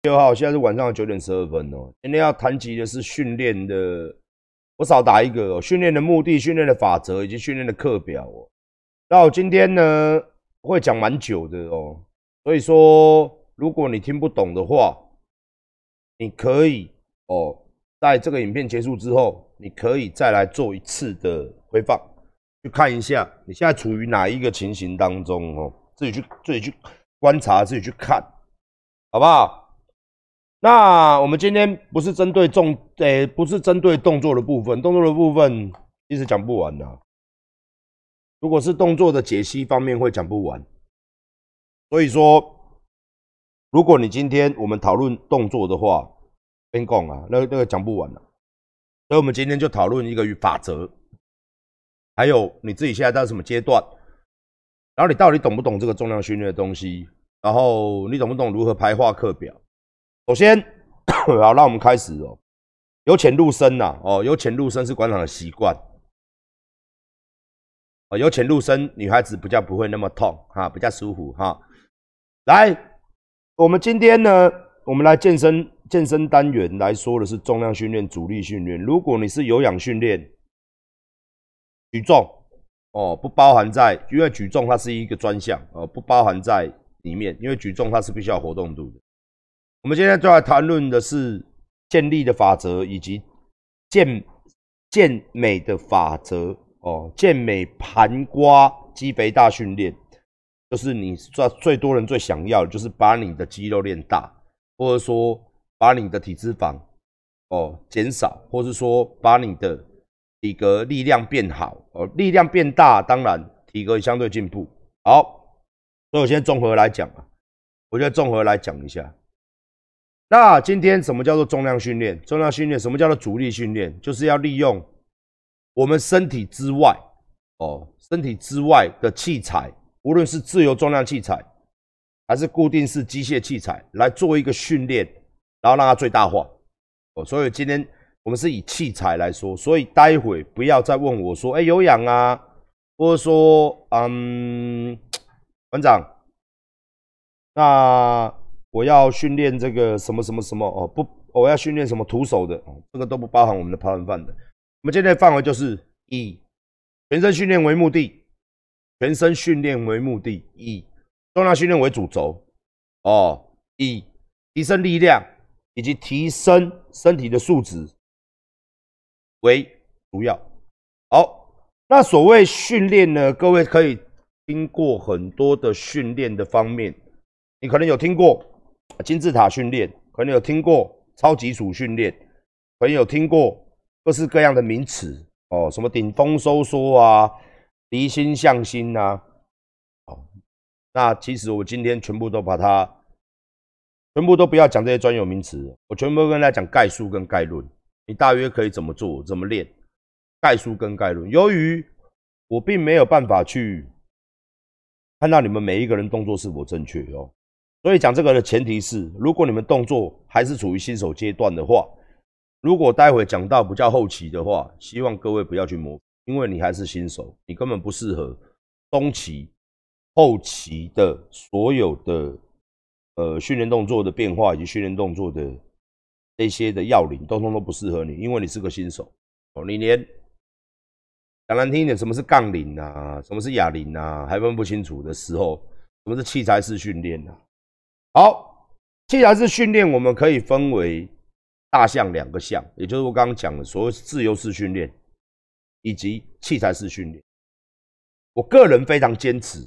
6号，现在是晚上9点12分哦。今天要谈及的是训练的，我少打一个哦，训练的目的、训练的法则以及训练的课表哦。那我今天呢会讲蛮久的哦，所以说如果你听不懂的话，你可以哦，在这个影片结束之后，你可以再来做一次的回放，去看一下你现在处于哪一个情形当中哦，自己去观察，自己去看，好不好？那我们今天不是针对不是针对动作的部分，动作的部分其实讲不完啊。如果是动作的解析方面会讲不完，所以说，如果你今天我们讨论动作的话，跟讲啊，那个讲不完啊。所以我们今天就讨论一个法则，还有你自己现在在什么阶段，然后你到底懂不懂这个重量训练的东西，然后你懂不懂如何排化课表。首先，好，让我们开始哦。由浅入深呐，哦，由浅入深是馆长的习惯。由浅入深，女孩子比较不会那么痛哈，比较舒服哈。来，我们今天呢，我们来健身单元来说的是重量训练、阻力训练。如果你是有氧训练，举重哦，不包含在，因为举重它是一个专项哦，不包含在里面，因为举重它是必须要活动度的。我们今天就来谈论的是健力的法则，以及健美的法则哦。健美盘刮肌肥大训练，就是你最多人最想要的，就是把你的肌肉练大，或者说把你的体脂肪哦减少，或是说把你的体格力量变好哦，力量变大，当然体格也相对进步。好，所以我先综合来讲啊，我觉得综合来讲一下。那今天什么叫做重量训练？重量训练什么叫做阻力训练？就是要利用我们身体之外哦，身体之外的器材，无论是自由重量器材还是固定式机械器材，来做一个训练，然后让它最大化哦。所以今天我们是以器材来说，所以待会不要再问我说，有氧啊，或者说馆长，那我要训练这个什么什么什么哦，不，我要训练什么徒手的哦，这个都不包含我们的跑饭的。我们今天的范围就是以全身训练为目的，以重量训练为主轴哦，以提升力量以及提升身体的素质为主要。好，那所谓训练呢，各位可以听过很多的训练的方面，你可能有听过金字塔训练，可能有听过超级组训练，可能有听过各式各样的名词哦，什么顶峰收缩啊，离心向心啊。好，那其实我今天全部都不要讲这些专有名词，我全部都跟大家讲概述跟概论，你大约可以怎么做，怎么练，概述跟概论。由于我并没有办法去看到你们每一个人动作是否正确哦。所以讲这个的前提是，如果你们动作还是处于新手阶段的话，如果待会讲到比较后期的话，希望各位不要去模仿，因为你还是新手，你根本不适合中期、后期的所有的训练动作的变化以及训练动作的这些的要领，通通都不适合你，因为你是个新手哦，你连讲难听一点，什么是杠铃啊，什么是哑铃啊，还分不清楚的时候，什么是器材式训练啊？好，器材式训练我们可以分为大项2个项，也就是我刚刚讲的所谓自由式训练以及器材式训练。我个人非常坚持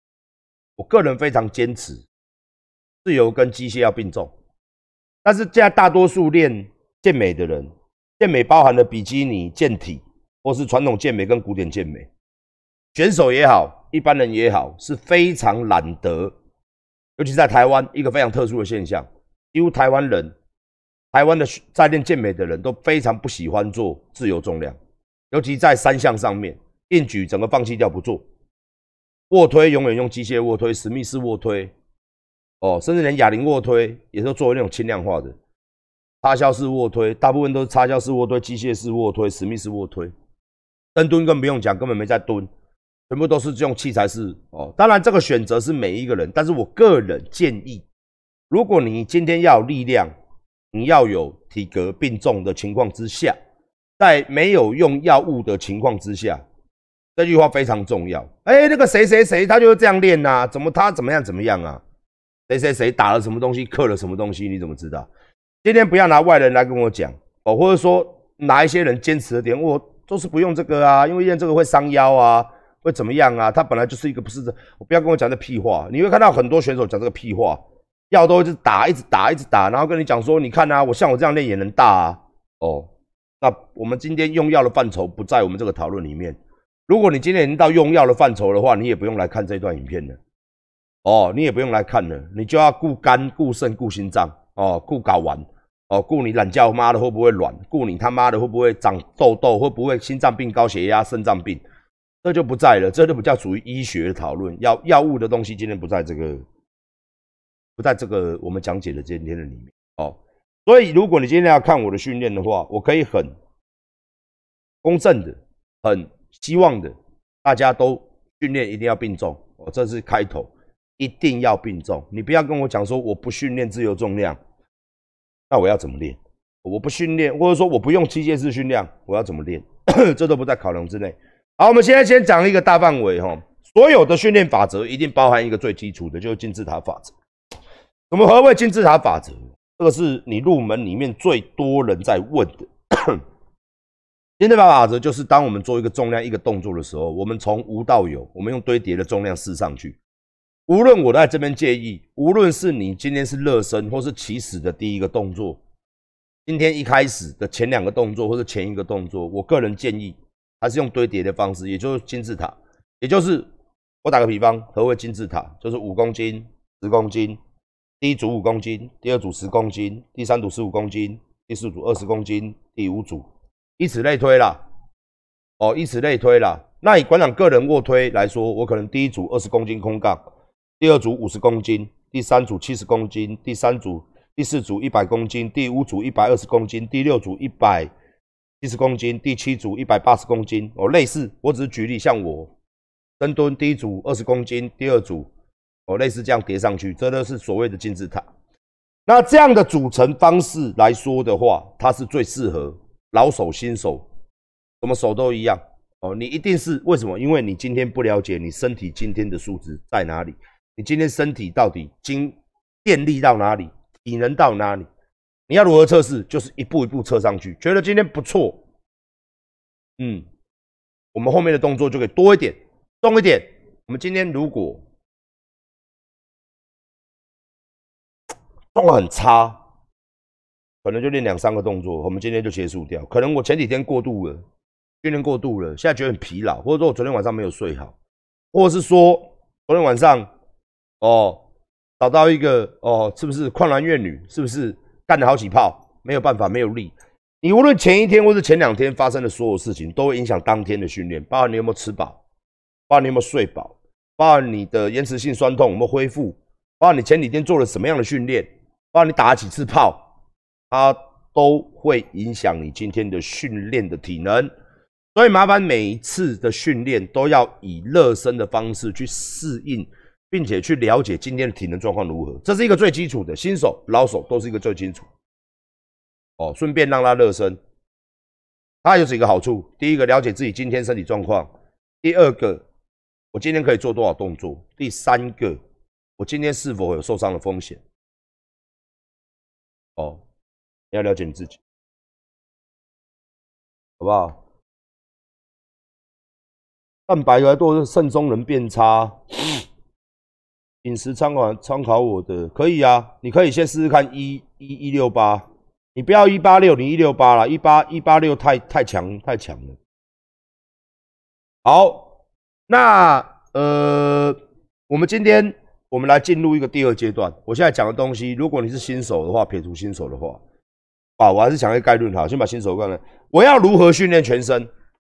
自由跟机械要并重，但是现在大多数练健美的人，健美包含了比基尼、健体，或是传统健美跟古典健美，选手也好，一般人也好，是非常懒得。尤其在台湾，一个非常特殊的现象，几乎台湾的在练健美的人都非常不喜欢做自由重量，尤其在3项上面，硬举整个放弃掉不做，卧推永远用机械卧推、史密斯卧推，哦，甚至连哑铃卧推也都作为那种轻量化的插销式卧推，大部分都是插销式卧推、机械式卧推、史密斯卧推，深蹲更不用讲，根本没在蹲。全部都是用器材式哦，当然这个选择是每一个人，但是我个人建议如果你今天要有力量，你要有体格并重的情况之下，在没有用药物的情况之下，这句话非常重要。那个谁谁谁他就是这样练啊，他怎么样啊？谁谁谁打了什么东西，刻了什么东西，你怎么知道？今天不要拿外人来跟我讲哦，或者说拿一些人坚持的点，我都是不用这个啊，因为练这个会伤腰啊，会怎么样啊？他本来就是一个不是这，我不要跟我讲这屁话。你会看到很多选手讲这个屁话，药都一直打，然后跟你讲说，你看啊，像我这样练也能大啊。哦，那我们今天用药的范畴不在我们这个讨论里面。如果你今天已经到用药的范畴的话，你也不用来看这段影片了。哦，你也不用来看了，你就要顾肝、顾肾、顾心脏，哦，顾睾丸，哦，顾你懒觉妈的会不会软，顾你他妈的会不会长痘痘，会不会心脏病、高血压、肾脏病，这就不在了，这就比较属于医学的讨论，药物的东西今天不在这个我们讲解的今天的里面，哦，所以如果你今天要看我的训练的话，我可以很公正的、很希望的，大家都训练一定要并重，哦，这是开头。一定要并重，你不要跟我讲说我不训练自由重量，那我要怎么练？我不训练，或者说我不用机械式训练，我要怎么练？这都不在考量之内。好，我们现在先讲一个大范围哈，所有的训练法则一定包含一个最基础的，就是金字塔法则。何谓金字塔法则？这个是你入门里面最多人在问的。金字塔法则就是当我们做一个重量一个动作的时候，我们从无到有，我们用堆叠的重量试上去。无论我在这边建议，无论是你今天是热身或是起始的第一个动作，今天一开始的前2个动作或者前1个动作，我个人建议还是用堆叠的方式，也就是金字塔，也就是我打个比方，何谓金字塔？就是5公斤、10公斤，第1组5公斤，第2组10公斤，第3组15公斤，第4组20公斤，第5组，以此类推啦。哦，以此类推啦。那以馆长个人卧推来说，我可能第1组20公斤空杠。第2组50公斤，第3组70公斤，第4组100公斤，第5组120公斤，第6组170公斤，第7组180公斤。哦，类似，我只是举例，像我深蹲第1组20公斤，第2组类似这样叠上去，这都是所谓的金字塔。那这样的组成方式来说的话，它是最适合老手、新手，什么手都一样。哦，你一定是为什么？因为你今天不了解你身体今天的数值在哪里。你今天身体到底电力到哪里，体能到哪里？你要如何测试？就是一步一步测上去。觉得今天不错，我们后面的动作就可以多一点、重一点。我们今天如果动得很差，可能就练2、3个动作，我们今天就结束掉。可能我前几天过度了，训练过度了，现在觉得很疲劳，或者说我昨天晚上没有睡好，或者是说昨天晚上。找到一个是不是旷男怨女？是不是干了好几炮？没有办法，没有力。你无论前1天或是前2天发生的所有事情，都会影响当天的训练，包含你有没有吃饱，包含你有没有睡饱，包含你的延迟性酸痛有没有恢复，包含你前几天做了什么样的训练，包含你打了几次炮，它都会影响你今天的训练的体能。所以麻烦每一次的训练都要以热身的方式去适应。并且去了解今天的体能状况如何，这是一个最基础的，新手、老手都是一个最清楚。顺便让他热身，它有几个好处：第一个，了解自己今天身体状况；第2个，我今天可以做多少动作；第3个，我今天是否有受伤的风险。你要了解你自己，好不好？蛋白越多，肾功能变差。饮食参考我的，可以啊，你可以先试试看168，你不要186，你168啦，186太强了。好，那我们今天我们来进入一个第2阶段。我现在讲的东西，如果你是新手的话，撇除新手的话，我还是讲一个概论哈，先把新手概论。我要如何训练全身？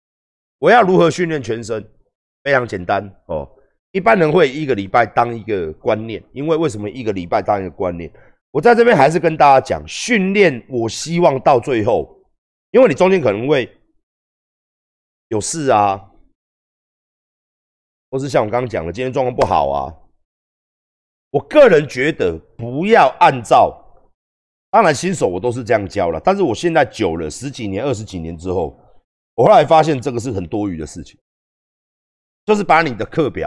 非常简单哦。一般人会1个礼拜当一个观念，因为为什么1个礼拜当一个观念？我在这边还是跟大家讲，训练我希望到最后，因为你中间可能会有事啊，或是像我刚刚讲的，今天状况不好啊， 我个人觉得不要按照，当然新手我都是这样教了，但是我现在久了10几年、20几年之后，我后来发现这个是很多余的事情，就是把你的课表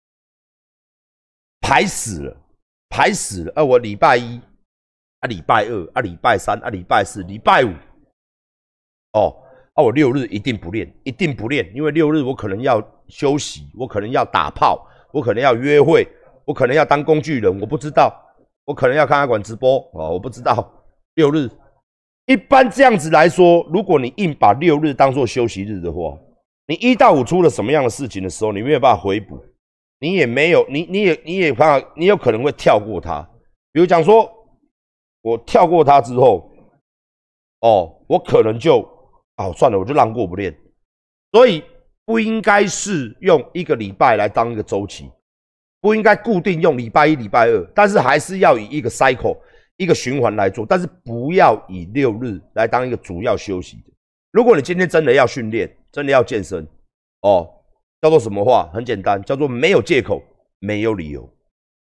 排死了，排死了。我礼拜一啊，礼拜二啊，礼拜三啊，礼拜四、礼拜五，我6日一定不练，一定不练，因为6日我可能要休息，我可能要打炮，我可能要约会，我可能要当工具人，我不知道，我可能要看他馆直播我不知道。6日，一般这样子来说，如果你硬把6日当作休息日的话，你1到5出了什么样的事情的时候，你没有办法回补，你也没有，你有可能会跳过它。比如讲说，我跳过它之后，我可能就算了，我就让过不练。所以不应该是用1个礼拜来当一个周期，不应该固定用礼拜一、礼拜二，但是还是要以一个 cycle、一个循环来做，但是不要以6日来当一个主要休息的。如果你今天真的要训练，真的要健身，叫做什么话？很简单，叫做没有借口，没有理由。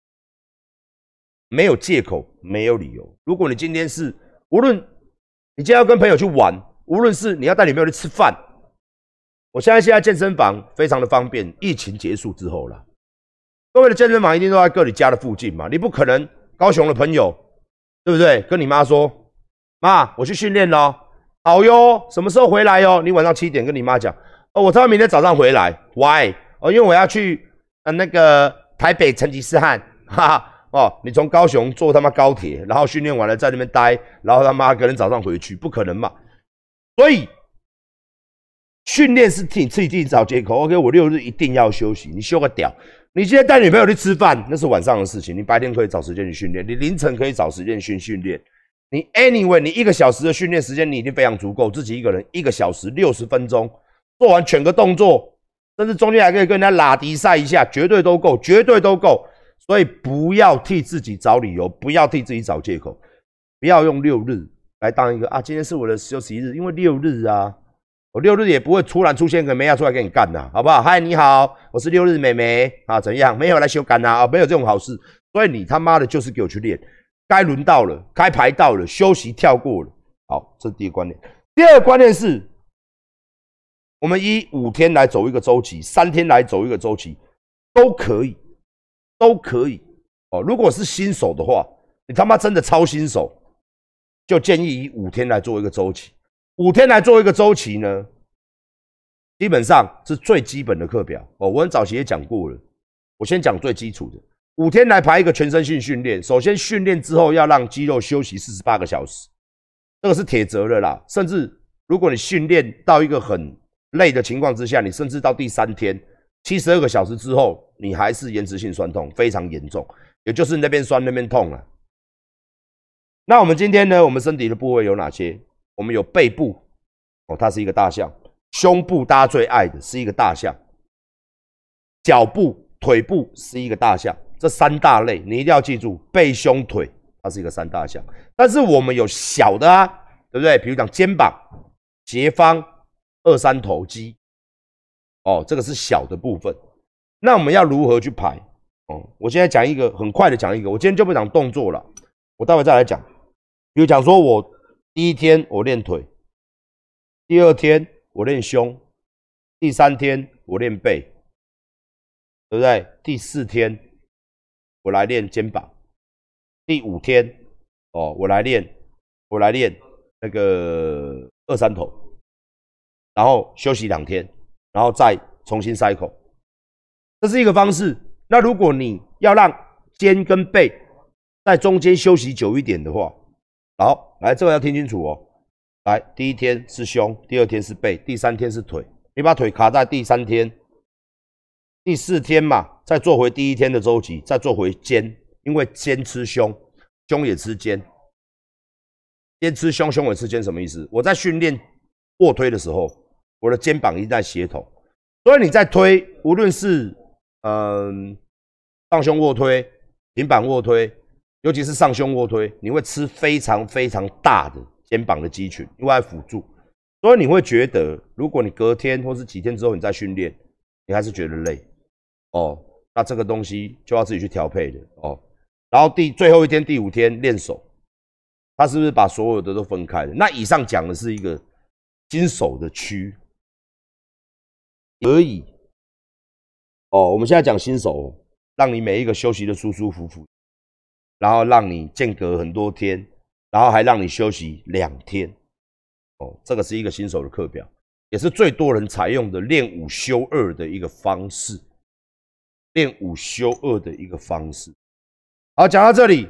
没有借口，没有理由。如果你今天是，无论你今天要跟朋友去玩，无论是你要带女朋友去吃饭，我现在健身房非常的方便。疫情结束之后啦，各位的健身房一定都在各你家的附近嘛，你不可能高雄的朋友，对不对？跟你妈说，妈，我去训练咯，好哟，什么时候回来哟？你晚上7点跟你妈讲，我他明天早上回来 ，Why？ 因为我要去那个台北成吉思汗，哈哈。你从高雄坐他妈高铁，然后训练完了在那边待，然后他妈隔天早上回去，不可能嘛？所以训练是替你自己找借口。OK， 我6日一定要休息，你休个屌！你今天带女朋友去吃饭，那是晚上的事情，你白天可以找时间去训练，你凌晨可以找时间训练。你 anyway， 你1个小时的训练时间你一定非常足够，自己一个人1个小时60分钟做完全个动作，甚至中间还可以跟人家拉迪赛一下，绝对都够，绝对都够。所以不要替自己找理由，不要替自己找借口，不要用6日来当一个今天是我的休息日，因为6日我6日也不会突然出现个妹出来跟你干好不好？嗨，你好，我是6日妹妹怎样？没有来修干没有这种好事。所以你他妈的就是给我去练，该轮到了，该排到了，休息跳过了。好，这是第一个观念。第二个观念是，我们以5天来走一个周期，3天来走一个周期，都可以。都可以如果是新手的话，你他妈真的超新手，就建议以5天来做一个周期。5天来做一个周期呢，基本上是最基本的课表我很早期也讲过了，我先讲最基础的。5天来排一个全身性训练，首先训练之后要让肌肉休息48个小时，这个是铁则的啦。甚至如果你训练到一个很累的情况之下，你甚至到第3天72个小时之后，你还是延迟性酸痛，非常严重，也就是那边酸那边痛了。那我们今天呢，我们身体的部位有哪些？我们有背部它是一个大象；胸部大家最爱的是一个大象；脚部、腿部是一个大象。这3大类你一定要记住，背、胸、腿，它是一个3大象。但是我们有小的对不对？比如讲肩膀、斜方、2、3头肌。这个是小的部分。那我们要如何去排？我现在讲一个，很快的讲一个。我今天就不讲动作了，我待会再来讲。比如讲说，我第1天我练腿，第2天我练胸，第3天我练背，对不对？第4天我来练肩膀，第5天我来练那个2、3头，然后休息2天。然后再重新cycle，这是一个方式。那如果你要让肩跟背在中间休息久一点的话，好，来这个要听清楚来，第1天是胸，第2天是背，第3天是腿。你把腿卡在第3天，第4天嘛，再做回第1天的周期，再做回肩，因为肩吃胸，胸也吃肩，肩吃胸，胸也吃肩，什么意思？我在训练卧推的时候，我的肩膀一直在协同，所以你在推，无论是上胸卧推、平板卧推，尤其是上胸卧推，你会吃非常非常大的肩膀的肌群，因为辅助，所以你会觉得，如果你隔天或是几天之后你再训练，你还是觉得累那这个东西就要自己去调配的然后最后一天第5天练手，他是不是把所有的都分开了？那以上讲的是一个新手的区而已。哦，我们现在讲新手，让你每一个休息的舒舒服服，然后让你间隔很多天，然后还让你休息2天。哦，这个是一个新手的课表，也是最多人采用的练5休2的一个方式。练5休2的一个方式。好，讲到这里，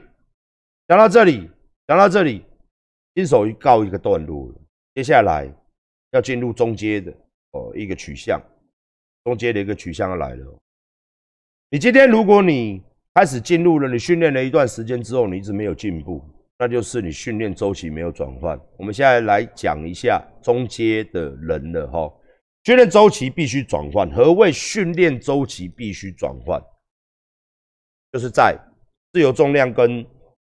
新手告一个段落了。接下来要进入中阶的一个取向，中阶的一个取向要来了。你今天如果你开始进入了，你训练了一段时间之后，你一直没有进步，那就是你训练周期没有转换。我们现在来讲一下中阶的人了哈。训练周期必须转换。何谓训练周期必须转换？就是在自由重量跟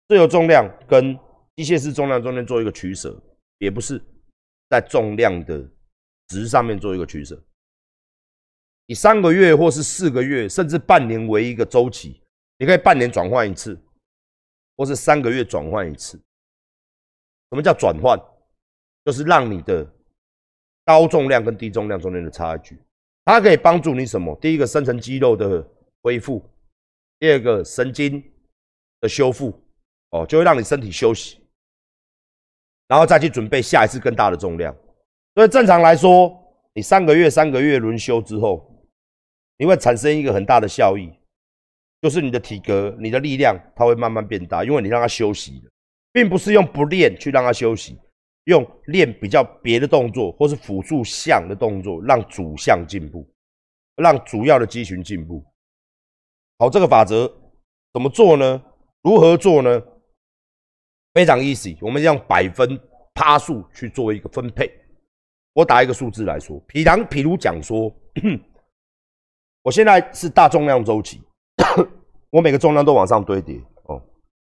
机械式重量中间做一个取舍，也不是在重量的值上面做一个取舍。以3个月或是4个月，甚至半年为一个周期，你可以半年转换一次，或是3个月转换一次。什么叫转换？就是让你的高重量跟低重量中间的差距，它可以帮助你什么？第一个，深层肌肉的恢复；第二个，神经的修复，就会让你身体休息，然后再去准备下一次更大的重量。所以正常来说，你3个月轮休之后，你会产生一个很大的效益，就是你的体格、你的力量，它会慢慢变大，因为你让它休息了，并不是用不练去让它休息。用练比较别的动作，或是辅助项的动作，让主项进步，让主要的肌群进步。好，这个法则怎么做呢？如何做呢？非常 easy， 我们用100分趴数去做一个分配。我打一个数字来说，譬如讲说，我现在是大重量周期，我每个重量都往上堆叠哦。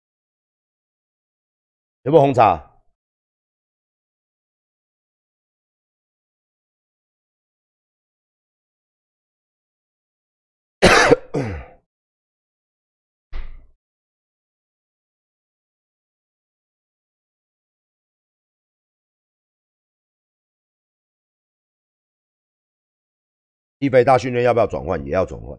有没有红茶？一北大训练要不要转换？也要转换。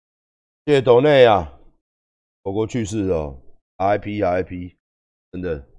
谢谢斗内啊，狗狗去世哦 ，RIP，真的。